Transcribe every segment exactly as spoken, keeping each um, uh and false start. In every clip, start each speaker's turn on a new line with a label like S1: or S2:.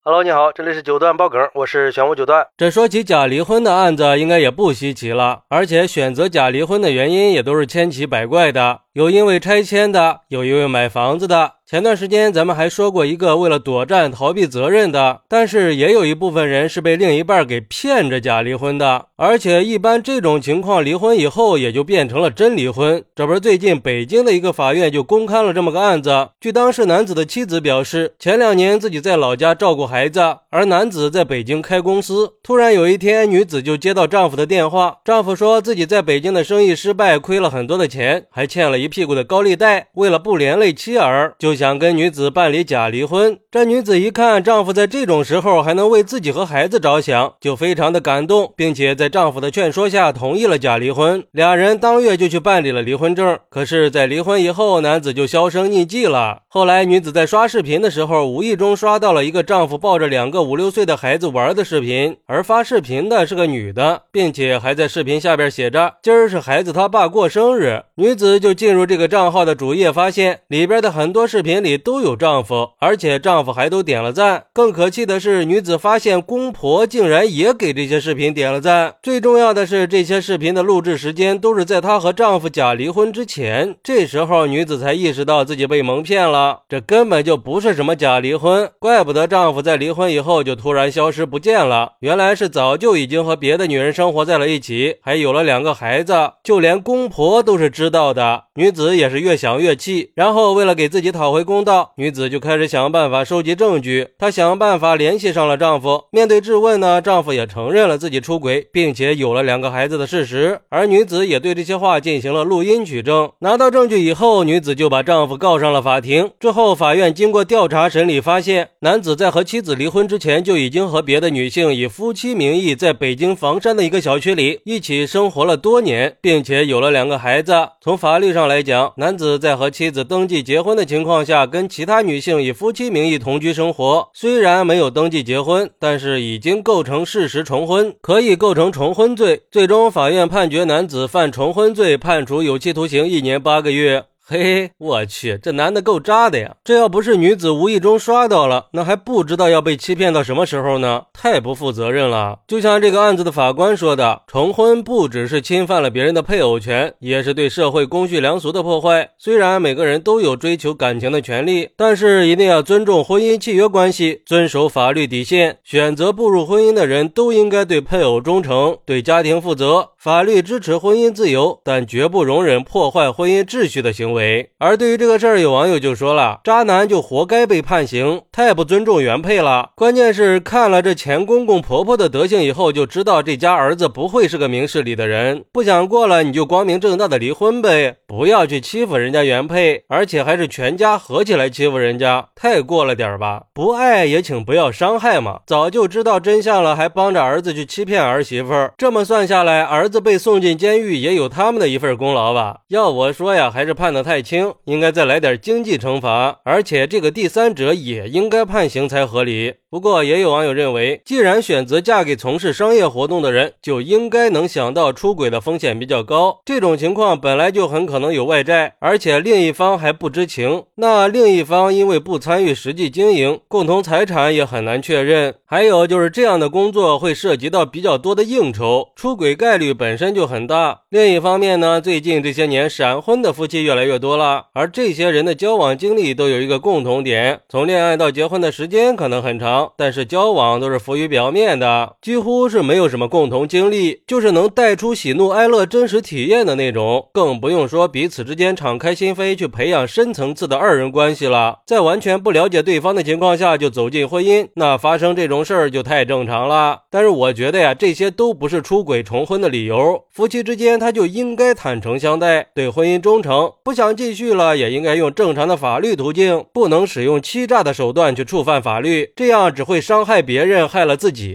S1: Hello， 你好，这里是九段爆梗，我是玄武九段。
S2: 这说起假离婚的案子，应该也不稀奇了，而且选择假离婚的原因也都是千奇百怪的，有因为拆迁的，有因为买房子的。前段时间咱们还说过一个为了躲债逃避责任的，但是也有一部分人是被另一半给骗着假离婚的，而且一般这种情况离婚以后也就变成了真离婚。这不是最近北京的一个法院就公开了这么个案子，据当事男子的妻子表示，前两年自己在老家照顾孩子，而男子在北京开公司，突然有一天女子就接到丈夫的电话，丈夫说自己在北京的生意失败，亏了很多的钱，还欠了一屁股的高利贷，为了不连累妻儿，就想跟女子办理假离婚。这女子一看丈夫在这种时候还能为自己和孩子着想，就非常的感动，并且在丈夫的劝说下同意了假离婚。俩人当月就去办理了离婚证，可是在离婚以后，男子就销声匿迹了。后来女子在刷视频的时候，无意中刷到了一个丈夫抱着两个五六岁的孩子玩的视频，而发视频的是个女的，并且还在视频下边写着今儿是孩子他爸过生日。女子就进入这个账号的主页，发现里边的很多视频里都有丈夫，而且丈夫还都点了赞。更可气的是，女子发现公婆竟然也给这些视频点了赞。最重要的是，这些视频的录制时间都是在她和丈夫假离婚之前，这时候女子才意识到自己被蒙骗了，这根本就不是什么假离婚，怪不得丈夫在离婚以后就突然消失不见了，原来是早就已经和别的女人生活在了一起，还有了两个孩子，就连公婆都是知道的。女子也是越想越气，然后为了给自己讨回公道，女子就开始想办法收集证据。她想办法联系上了丈夫，面对质问呢，丈夫也承认了自己出轨，并且有了两个孩子的事实，而女子也对这些话进行了录音取证。拿到证据以后，女子就把丈夫告上了法庭。之后法院经过调查审理发现，男子在和妻子离婚之前就已经和别的女性以夫妻名义在北京房山的一个小区里一起生活了多年，并且有了两个孩子。从法律上来讲，男子在和妻子登记结婚的情况下跟其他女性以夫妻名义同居生活，虽然没有登记结婚，但是已经构成事实重婚，可以构成重婚罪。最终法院判决男子犯重婚罪，判处有期徒刑一年八个月。嘿嘿，我去，这男的够渣的呀！这要不是女子无意中刷到了，那还不知道要被欺骗到什么时候呢，太不负责任了。就像这个案子的法官说的，重婚不只是侵犯了别人的配偶权，也是对社会公序良俗的破坏。虽然每个人都有追求感情的权利，但是一定要尊重婚姻契约关系，遵守法律底线。选择步入婚姻的人都应该对配偶忠诚，对家庭负责。法律支持婚姻自由，但绝不容忍破坏婚姻秩序的行为。而对于这个事儿，有网友就说了，渣男就活该被判刑，太不尊重原配了。关键是看了这前公公婆婆的德行以后，就知道这家儿子不会是个明事理的人。不想过了你就光明正大的离婚呗，不要去欺负人家原配，而且还是全家合起来欺负人家，太过了点吧。不爱也请不要伤害嘛，早就知道真相了还帮着儿子去欺骗儿媳妇儿，这么算下来，儿子被送进监狱也有他们的一份功劳吧。要我说呀，还是判得太轻，应该再来点经济惩罚，而且这个第三者也应该判刑才合理。不过也有网友认为，既然选择嫁给从事商业活动的人，就应该能想到出轨的风险比较高，这种情况本来就很可能有外债，而且另一方还不知情，那另一方因为不参与实际经营，共同财产也很难确认。还有就是这样的工作会涉及到比较多的应酬，出轨概率本身就很大。另一方面呢，最近这些年闪婚的夫妻越来越多了，而这些人的交往经历都有一个共同点，从恋爱到结婚的时间可能很长，但是交往都是浮于表面的，几乎是没有什么共同经历，就是能带出喜怒哀乐真实体验的那种，更不用说彼此之间敞开心扉去培养深层次的二人关系了。在完全不了解对方的情况下就走进婚姻，那发生这种事儿就太正常了。但是我觉得呀，这些都不是出轨重婚的理由，夫妻之间他就应该坦诚相待，对婚姻忠诚，不想继续了也应该用正常的法律途径，不能使用欺诈的手段去触犯法律，这样只会伤害别人，害了自己啊。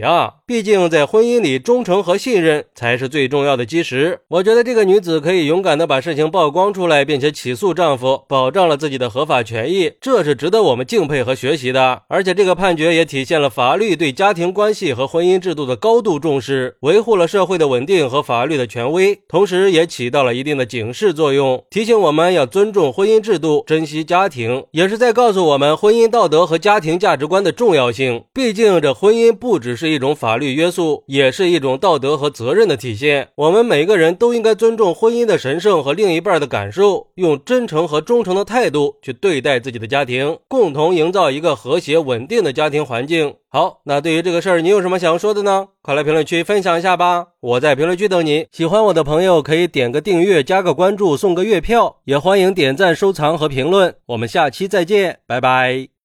S2: 毕竟在婚姻里，忠诚和信任才是最重要的基石。我觉得这个女子可以勇敢地把事情曝光出来，并且起诉丈夫，保障了自己的合法权益，这是值得我们敬佩和学习的。而且这个判决也体现了法律对家庭关系和婚姻制度的高度重视，维护了社会的稳定和法律的权威，同时也起到了一定的警示作用，提醒我们要尊重婚姻制度，珍惜家庭，也是在告诉我们婚姻道德和家庭价值观的重要性。毕竟这婚姻不只是一种法律约束，也是一种道德和责任的体现。我们每个人都应该尊重婚姻的神圣和另一半的感受，用真诚和忠诚的态度去对待自己的家庭，共同营造一个和谐稳定的家庭环境。好，那对于这个事儿你有什么想说的呢？快来评论区分享一下吧，我在评论区等你。喜欢我的朋友可以点个订阅，加个关注，送个月票，也欢迎点赞收藏和评论。我们下期再见，拜拜。